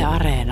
Areena.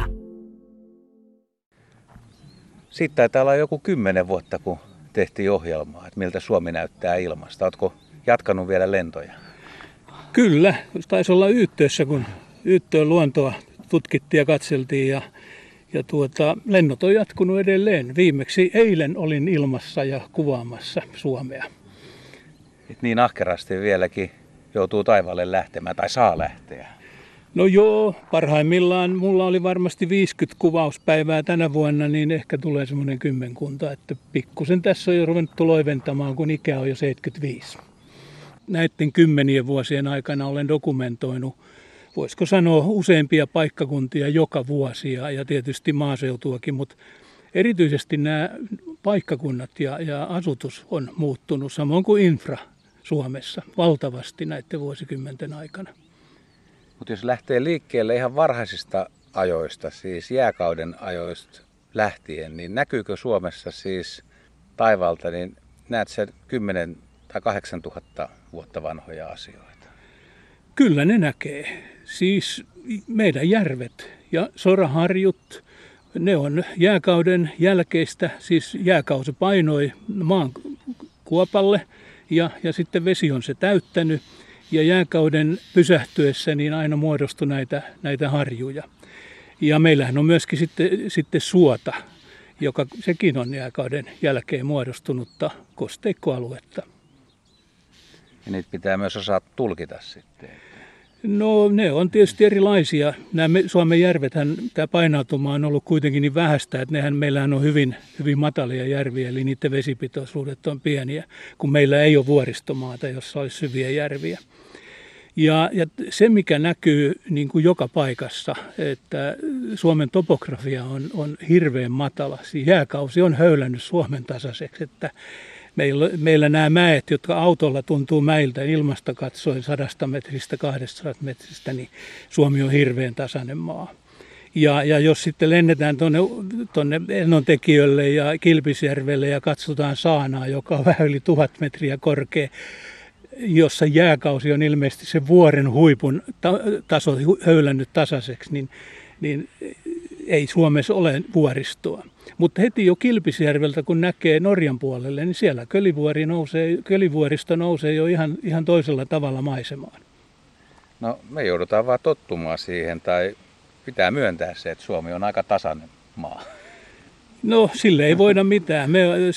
Siitä taitaa olla joku 10 vuotta, kun tehtiin ohjelmaa, että miltä Suomi näyttää ilmasta. Oletko jatkanut vielä lentoja? Kyllä, taisi olla Yyttöössä, kun Yyttöön luontoa tutkittiin ja katseltiin ja lennot on jatkunut edelleen. Viimeksi eilen olin ilmassa ja kuvaamassa Suomea. Et niin ahkerasti vieläkin joutuu taivaalle lähtemään tai saa lähteä. No joo, parhaimmillaan mulla oli varmasti 50 kuvauspäivää tänä vuonna, niin ehkä tulee semmoinen 10, että pikkusen tässä on jo ruvennut loiventamaan, kun ikä on jo 75. Näiden 10 vuosien aikana olen dokumentoinut, voisiko sanoa, useampia paikkakuntia joka vuosi ja tietysti maaseutuakin, mutta erityisesti nämä paikkakunnat ja asutus on muuttunut, samoin kuin infra Suomessa valtavasti näiden vuosikymmenten aikana. Mutta jos lähtee liikkeelle ihan varhaisista ajoista, siis jääkauden ajoista lähtien, niin näkyykö Suomessa siis taivaalta, niin näet sen 10 tai 8000 vuotta vanhoja asioita? Kyllä ne näkee. Siis meidän järvet ja soraharjut, ne on jääkauden jälkeistä, siis jääkausi painoi maan kuopalle ja sitten vesi on se täyttänyt. Ja jääkauden pysähtyessä niin aina muodostui näitä harjuja. Ja meillähän on myöskin sitten suota, joka sekin on jääkauden jälkeen muodostunutta kosteikkoaluetta. Ja niitä pitää myös osaa tulkita sitten. No ne on tietysti erilaisia. Nämä Suomen järvethän, tämä painautuma on ollut kuitenkin niin vähäistä, että meillähän on hyvin matalia järviä, eli niiden vesipitoisuudet on pieniä, kun meillä ei ole vuoristomaata, jossa olisi syviä järviä. Ja se, mikä näkyy niin kuin joka paikassa, että Suomen topografia on hirveän matala. Siis jääkausi on höylännyt Suomen tasaiseksi, että meillä nämä mäet, jotka autolla tuntuu mäiltä ilmasta katsoen 100 metristä, 200 metristä, niin Suomi on hirveän tasainen maa. Ja jos sitten lennetään tuonne Ennontekijölle ja Kilpisjärvelle ja katsotaan saanaa, joka on vähän yli 1000 metriä korkea, jossa jääkausi on ilmeisesti se vuoren huipun taso höylännyt tasaiseksi, niin ei Suomessa ole vuoristoa. Mutta heti jo Kilpisjärveltä, kun näkee Norjan puolelle, niin siellä kölivuoristo nousee jo ihan toisella tavalla maisemaan. No me joudutaan vaan tottumaan siihen, tai pitää myöntää se, että Suomi on aika tasainen maa. No sille ei voida mitään.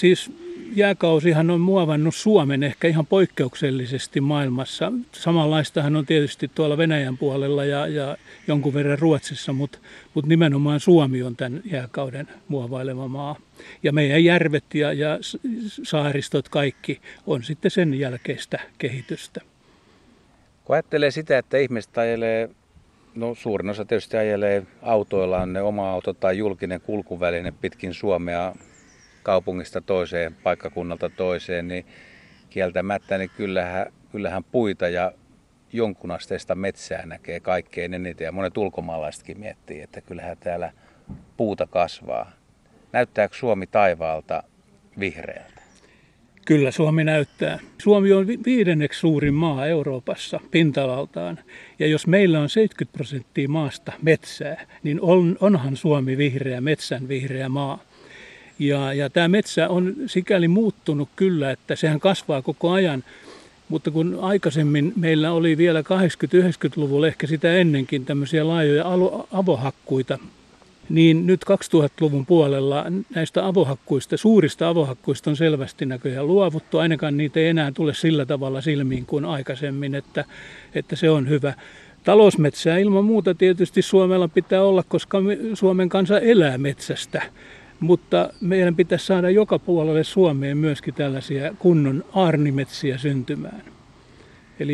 Jääkausihan on muovannut Suomen ehkä ihan poikkeuksellisesti maailmassa. Samanlaistahan on tietysti tuolla Venäjän puolella ja jonkun verran Ruotsissa, mutta nimenomaan Suomi on tämän jääkauden muovailema maa. Ja meidän järvet ja saaristot kaikki on sitten sen jälkeistä kehitystä. Kun ajattelee sitä, että ihmiset ajelee, no suurin osa tietysti ajelee autoillaan, ne oma auto tai julkinen kulkuväline pitkin Suomea, kaupungista toiseen, paikkakunnalta toiseen, niin kieltämättä niin kyllähän puita ja jonkunasteista metsää näkee kaikkein eniten. Ja monet ulkomaalaisetkin miettii, että kyllähän täällä puuta kasvaa. Näyttääkö Suomi taivaalta vihreältä? Kyllä Suomi näyttää. Suomi on 5. suurin maa Euroopassa pinta-alaltaan. Ja jos meillä on 70% maasta metsää, niin onhan Suomi vihreä, metsän vihreä maa. Ja tämä metsä on sikäli muuttunut kyllä, että sehän kasvaa koko ajan. Mutta kun aikaisemmin meillä oli vielä 80-90-luvulla, ehkä sitä ennenkin, tämmöisiä laajoja avohakkuita, niin nyt 2000-luvun puolella näistä avohakkuista, suurista avohakkuista on selvästi näköjään luovuttu. Ainakaan niitä ei enää tule sillä tavalla silmiin kuin aikaisemmin, että se on hyvä. Talousmetsää ilman muuta tietysti Suomella pitää olla, koska Suomen kansa elää metsästä. Mutta meidän pitäisi saada joka puolelle Suomeen myöskin tällaisia kunnon aarnimetsiä syntymään. Eli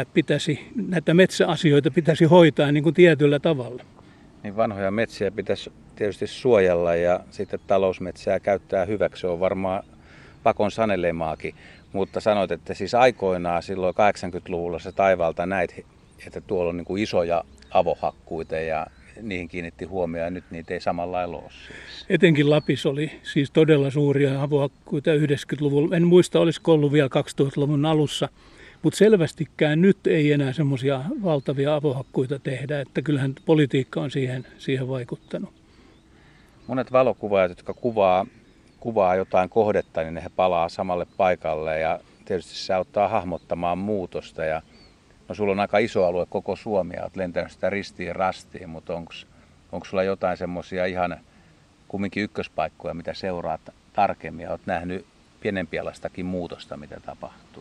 näitä metsäasioita pitäisi hoitaa niin kuin tietyllä tavalla. Niin vanhoja metsiä pitäisi tietysti suojella ja sitten talousmetsää käyttää hyväksi. Se on varmaan pakon sanelemaakin. Mutta sanoit, että siis aikoinaan silloin 80-luvulla se taivaalta näit, että tuolla on niin kuin isoja avohakkuita ja niihin kiinnitti huomioon ja nyt niitä ei samalla lailla ole siis. Etenkin Lapissa oli siis todella suuria avohakkuita 90-luvulla. En muista, olisiko ollut vielä 2000-luvun alussa, Mutta selvästikään nyt ei enää semmoisia valtavia avohakkuita tehdä, että kyllähän politiikka on siihen vaikuttanut. Monet valokuvaajat, jotka kuvaa jotain kohdetta, niin he palaa samalle paikalle ja tietysti se auttaa hahmottamaan muutosta. Ja, no sulla on aika iso alue koko Suomi ja olet lentänyt sitä ristiin rastiin, mutta onko sulla jotain semmoisia ihan kumminkin ykköspaikkoja, mitä seuraat tarkemmin ja olet nähnyt pienempialastakin muutosta, mitä tapahtuu?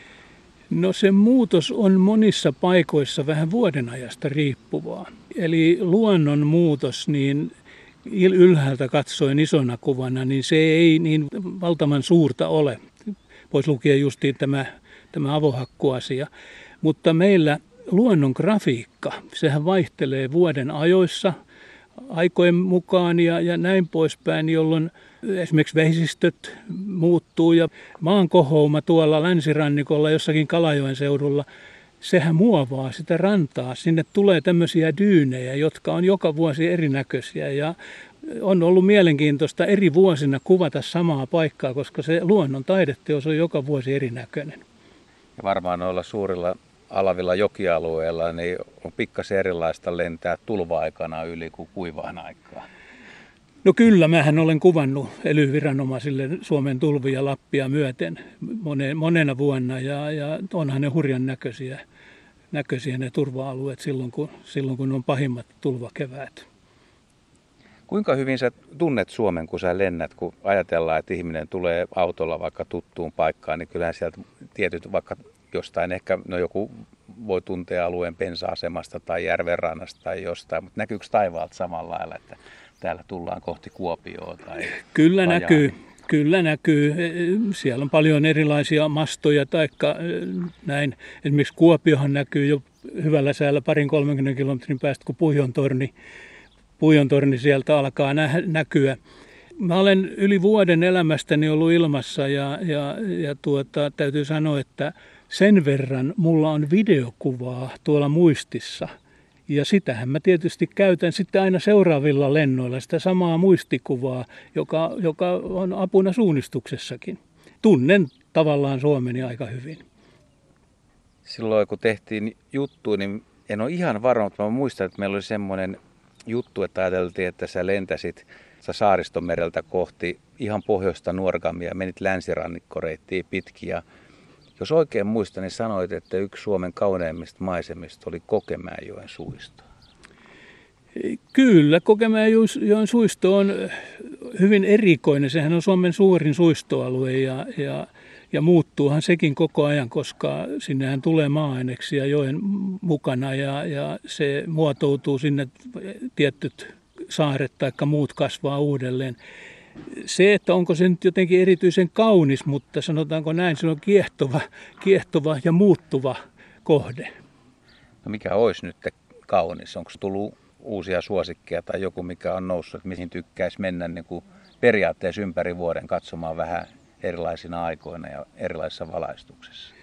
No se muutos on monissa paikoissa vähän vuodenajasta riippuvaa. Eli luonnon muutos, niin ylhäältä katsoen isona kuvana, niin se ei niin valtavan suurta ole. Pois lukien justiin tämä avohakkuasia. Mutta meillä luonnon grafiikka, sehän vaihtelee vuoden ajoissa, aikojen mukaan ja näin poispäin, jolloin esimerkiksi vesistöt muuttuu ja maankohouma tuolla länsirannikolla jossakin Kalajoen seudulla, sehän muovaa sitä rantaa. Sinne tulee tämmöisiä dyynejä, jotka on joka vuosi erinäköisiä ja on ollut mielenkiintoista eri vuosina kuvata samaa paikkaa, koska se luonnon taideteos on joka vuosi erinäköinen. Ja varmaan noilla suurilla alavilla jokialueilla niin on pikkasen erilaista lentää tulva-aikana yli kuin kuivaan aikaan. No kyllä, mähän olen kuvannut ely-viranomaisille Suomen tulvia Lappia myöten monena vuonna ja onhan ne hurjan näköisiä ne turva-alueet silloin kun on pahimmat tulvakeväät. Kuinka hyvin sä tunnet Suomen, kun sä lennät, kun ajatellaan, että ihminen tulee autolla vaikka tuttuun paikkaan, niin kyllähän sieltä tietyt vaikka jostain ehkä, no joku voi tuntea alueen bensa-asemasta tai järvenrannasta tai jostain, mutta näkyykö taivaalta samalla lailla, että täällä tullaan kohti Kuopioon tai Kyllä näkyy. Kyllä näkyy. Siellä on paljon erilaisia mastoja taikka näin. Esimerkiksi Kuopiohan näkyy jo hyvällä säällä 20-30 kilometrin päästä, kun Puijon torni sieltä alkaa näkyä. Mä olen yli vuoden elämästäni ollut ilmassa ja täytyy sanoa, että sen verran mulla on videokuvaa tuolla muistissa. Ja sitähän mä tietysti käytän sitten aina seuraavilla lennoilla, sitä samaa muistikuvaa, joka on apuna suunnistuksessakin. Tunnen tavallaan Suomeni aika hyvin. Silloin kun tehtiin juttu, niin en ole ihan varma, mutta mä muistan, että meillä oli semmoinen juttu, että ajateltiin, että sä lentäsit Saaristomereltä kohti ihan pohjoista Nuorgamia, menit länsirannikkoreittiin pitkin ja jos oikein muistan, niin sanoit, että yksi Suomen kauneimmista maisemista oli Kokemäenjoen suisto. Kyllä, Kokemäenjoen suisto on hyvin erikoinen. Sehän on Suomen suurin suistoalue ja muuttuuhan sekin koko ajan, koska sinnehän tulee maa-aineksia joen mukana ja se muotoutuu sinne tietyt saaret tai muut kasvaa uudelleen. Se, että onko se nyt jotenkin erityisen kaunis, mutta sanotaanko näin, se on kiehtova ja muuttuva kohde. No mikä olisi nyt kaunis? Onko tullut uusia suosikkeja tai joku, mikä on noussut, että mihin tykkäisi mennä niin kuin periaatteessa ympäri vuoden katsomaan vähän erilaisina aikoina ja erilaisissa valaistuksissa?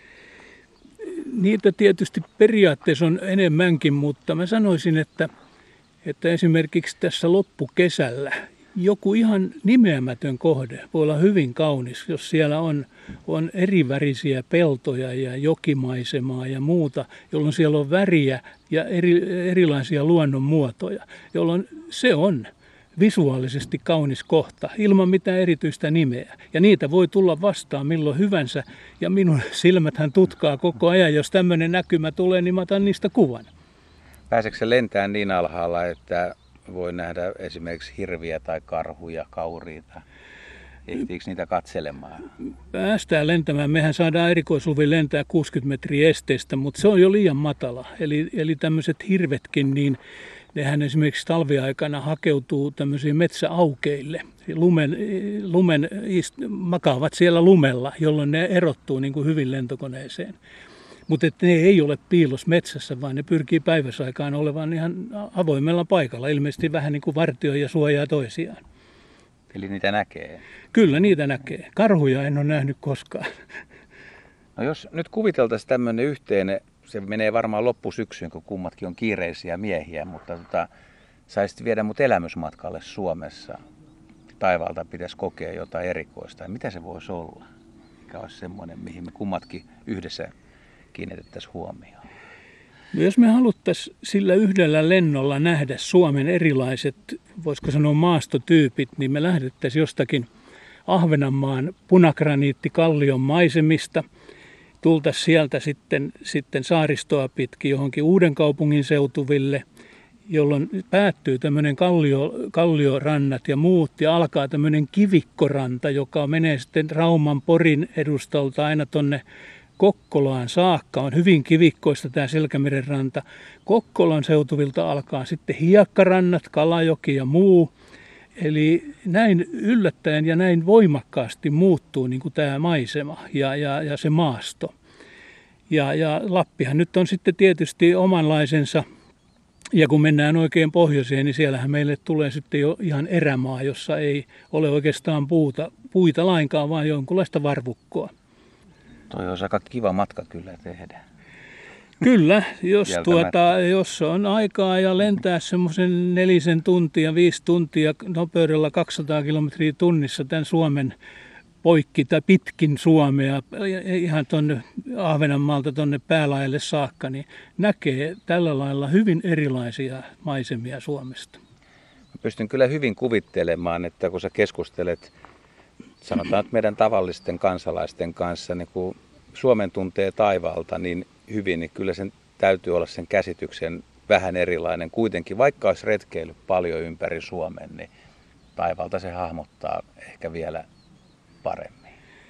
Niitä tietysti periaatteessa on enemmänkin, mutta mä sanoisin, että esimerkiksi tässä loppukesällä joku ihan nimeämätön kohde voi olla hyvin kaunis, jos siellä on erivärisiä peltoja ja jokimaisemaa ja muuta, jolloin siellä on väriä ja erilaisia luonnonmuotoja, jolloin se on visuaalisesti kaunis kohta ilman mitään erityistä nimeä. Ja niitä voi tulla vastaan milloin hyvänsä ja minun silmäthän tutkaa koko ajan. Jos tämmöinen näkymä tulee, niin mä otan niistä kuvan. Pääseekö se lentää niin alhaalla, että voi nähdä esimerkiksi hirviä tai karhuja, kauriita? Ehtiikö niitä katselemaan? Päästään lentämään. Mehän saadaan erikoisluvin lentää 60 metriä esteestä, mutta se on jo liian matala. Eli tämmöiset hirvetkin, niin nehän esimerkiksi talviaikana hakeutuu tämmöisiin metsäaukeille. Makaavat siellä lumella, jolloin ne erottuu niin kuin hyvin lentokoneeseen. Mutta ne ei ole piilos metsässä, vaan ne pyrkii päiväsaikaan olevan ihan avoimella paikalla. Ilmeisesti vähän niin kuin vartioi ja suojaa toisiaan. Eli niitä näkee? Kyllä niitä näkee. Karhuja en ole nähnyt koskaan. No jos nyt kuviteltaisiin tämmöinen yhteinen, se menee varmaan loppusyksyyn, kun kummatkin on kiireisiä miehiä, mutta saisit viedä mut elämysmatkalle Suomessa. Taivaalta pitäisi kokea jotain erikoista. Mitä se voisi olla? Mikä olisi semmoinen, mihin me kummatkin yhdessä kiinnitettäisiin huomioon? No jos me haluttaisiin sillä yhdellä lennolla nähdä Suomen erilaiset, voisiko sanoa maastotyypit, niin me lähdettäisiin jostakin Ahvenanmaan punagraniittikallion maisemista. Tultaisiin sieltä sitten saaristoa pitkin johonkin Uudenkaupungin seutuville, jolloin päättyy tämmöinen kalliorannat ja muut ja alkaa tämmöinen kivikkoranta, joka menee sitten Rauman Porin edustalta aina tonne Kokkolaan saakka. On hyvin kivikkoista tämä Selkämeren ranta. Kokkolan seutuvilta alkaa sitten hiekkarannat, Kalajoki ja muu. Eli näin yllättäen ja näin voimakkaasti muuttuu niin kuin tämä maisema ja se maasto. Ja Lappihan nyt on sitten tietysti omanlaisensa. Ja kun mennään oikein pohjoiseen, niin siellähän meille tulee sitten jo ihan erämaa, jossa ei ole oikeastaan puita lainkaan, vaan jonkunlaista varvukkoa. Toi olisi aika kiva matka kyllä tehdä. Kyllä, jos on aikaa ja lentää semmoisen 4 tuntia, 5 tuntia nopeudella 200 kilometriä tunnissa tämän Suomen poikki tai pitkin Suomea, ihan tuonne Ahvenanmaalta tuonne Päälaelle saakka, niin näkee tällä lailla hyvin erilaisia maisemia Suomesta. Mä pystyn kyllä hyvin kuvittelemaan, että kun sä keskustelet, sanotaan että meidän tavallisten kansalaisten kanssa, niin kun Suomen tuntee taivaalta niin hyvin, niin kyllä sen täytyy olla sen käsityksen vähän erilainen. Kuitenkin, vaikka olisi retkeillyt paljon ympäri Suomen, niin taivaalta se hahmottaa ehkä vielä paremmin.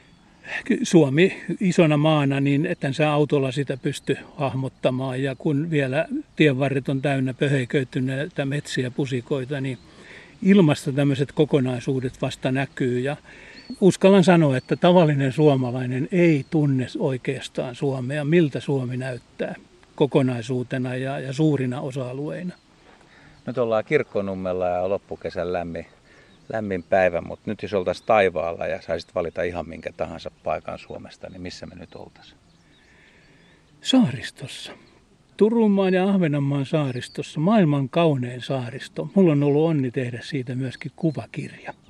Suomi isona maana, niin etten sä autolla sitä pysty hahmottamaan. Ja kun vielä tienvarret on täynnä pöheiköityneitä metsiä, pusikoita, niin ilmasta tämmöiset kokonaisuudet vasta näkyy. Ja uskallan sanoa, että tavallinen suomalainen ei tunne oikeastaan Suomea, miltä Suomi näyttää kokonaisuutena ja suurina osa-alueina. Nyt ollaan Kirkkonummella ja loppukesän lämmin päivä, mutta nyt jos oltaisiin taivaalla ja saisit valita ihan minkä tahansa paikan Suomesta, niin missä me nyt oltaisiin? Saaristossa. Turunmaan ja Ahvenanmaan saaristossa, maailman kaunein saaristo. Mulla on ollut onni tehdä siitä myöskin kuvakirja.